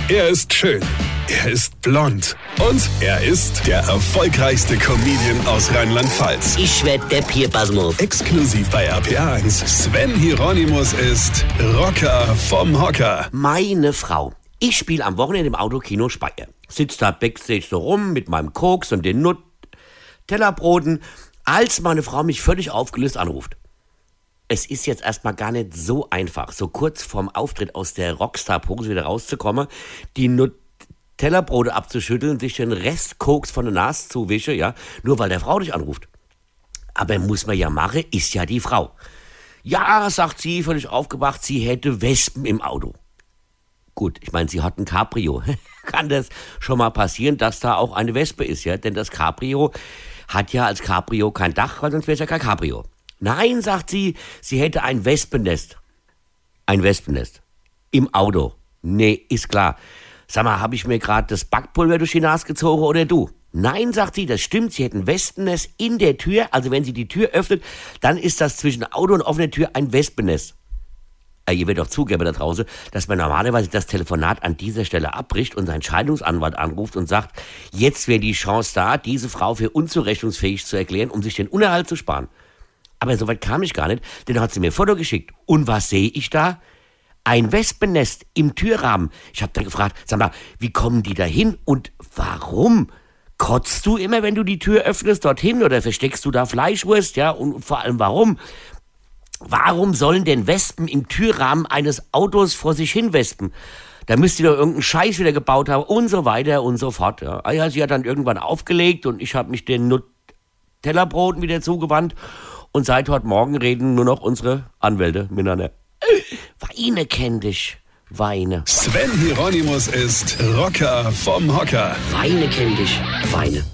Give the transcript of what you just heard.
Er ist schön. Er ist blond. Und er ist der erfolgreichste Comedian aus Rheinland-Pfalz. Ich werd der Pierpasmus. Exklusiv bei RPA1. Sven Hieronymus ist Rocker vom Hocker. Meine Frau. Ich spiele am Wochenende im Autokino Speyer. Sitz da backstage so rum mit meinem Koks und den Tellerbroten, als meine Frau mich völlig aufgelöst anruft. Es ist jetzt erstmal gar nicht so einfach, so kurz vorm Auftritt aus der Rockstar-Pose wieder rauszukommen, die Tellerbrote abzuschütteln, sich den Rest Koks von der Nase zuwische, ja, nur weil der Frau dich anruft. Aber muss man ja machen, ist ja die Frau. Ja, sagt sie, völlig aufgebracht, sie hätte Wespen im Auto. Gut, ich meine, sie hat ein Cabrio. Kann das schon mal passieren, dass da auch eine Wespe ist, ja? Denn das Cabrio hat ja als Cabrio kein Dach, weil sonst wäre es ja kein Cabrio. Nein, sagt sie, sie hätte ein Wespennest. Ein Wespennest. Im Auto. Nee, ist klar. Sag mal, habe ich mir gerade das Backpulver durch die Nase gezogen oder du? Nein, sagt sie, das stimmt, sie hätte ein Wespennest in der Tür. Also wenn sie die Tür öffnet, dann ist das zwischen Auto und offener Tür ein Wespennest. Ihr werdet doch zugeben da draußen, dass man normalerweise das Telefonat an dieser Stelle abbricht und seinen Scheidungsanwalt anruft und sagt, jetzt wäre die Chance da, diese Frau für unzurechnungsfähig zu erklären, um sich den Unterhalt zu sparen. Aber soweit kam ich gar nicht, denn da hat sie mir ein Foto geschickt. Und was sehe ich da? Ein Wespennest im Türrahmen. Ich habe dann gefragt, sag mal, wie kommen die da hin und warum? Kotzt du immer, wenn du die Tür öffnest, dorthin oder versteckst du da Fleischwurst? Ja, und vor allem warum? Warum sollen denn Wespen im Türrahmen eines Autos vor sich hin wespen? Da müsst ihr doch irgendeinen Scheiß wieder gebaut haben und so weiter und so fort. Ja, sie hat dann irgendwann aufgelegt und ich habe mich den Tellerbroten wieder zugewandt und seit heute Morgen reden nur noch unsere Anwälte miteinander. Weine kenn dich, Weine. Sven Hieronymus ist Rocker vom Hocker. Weine kenn dich, Weine.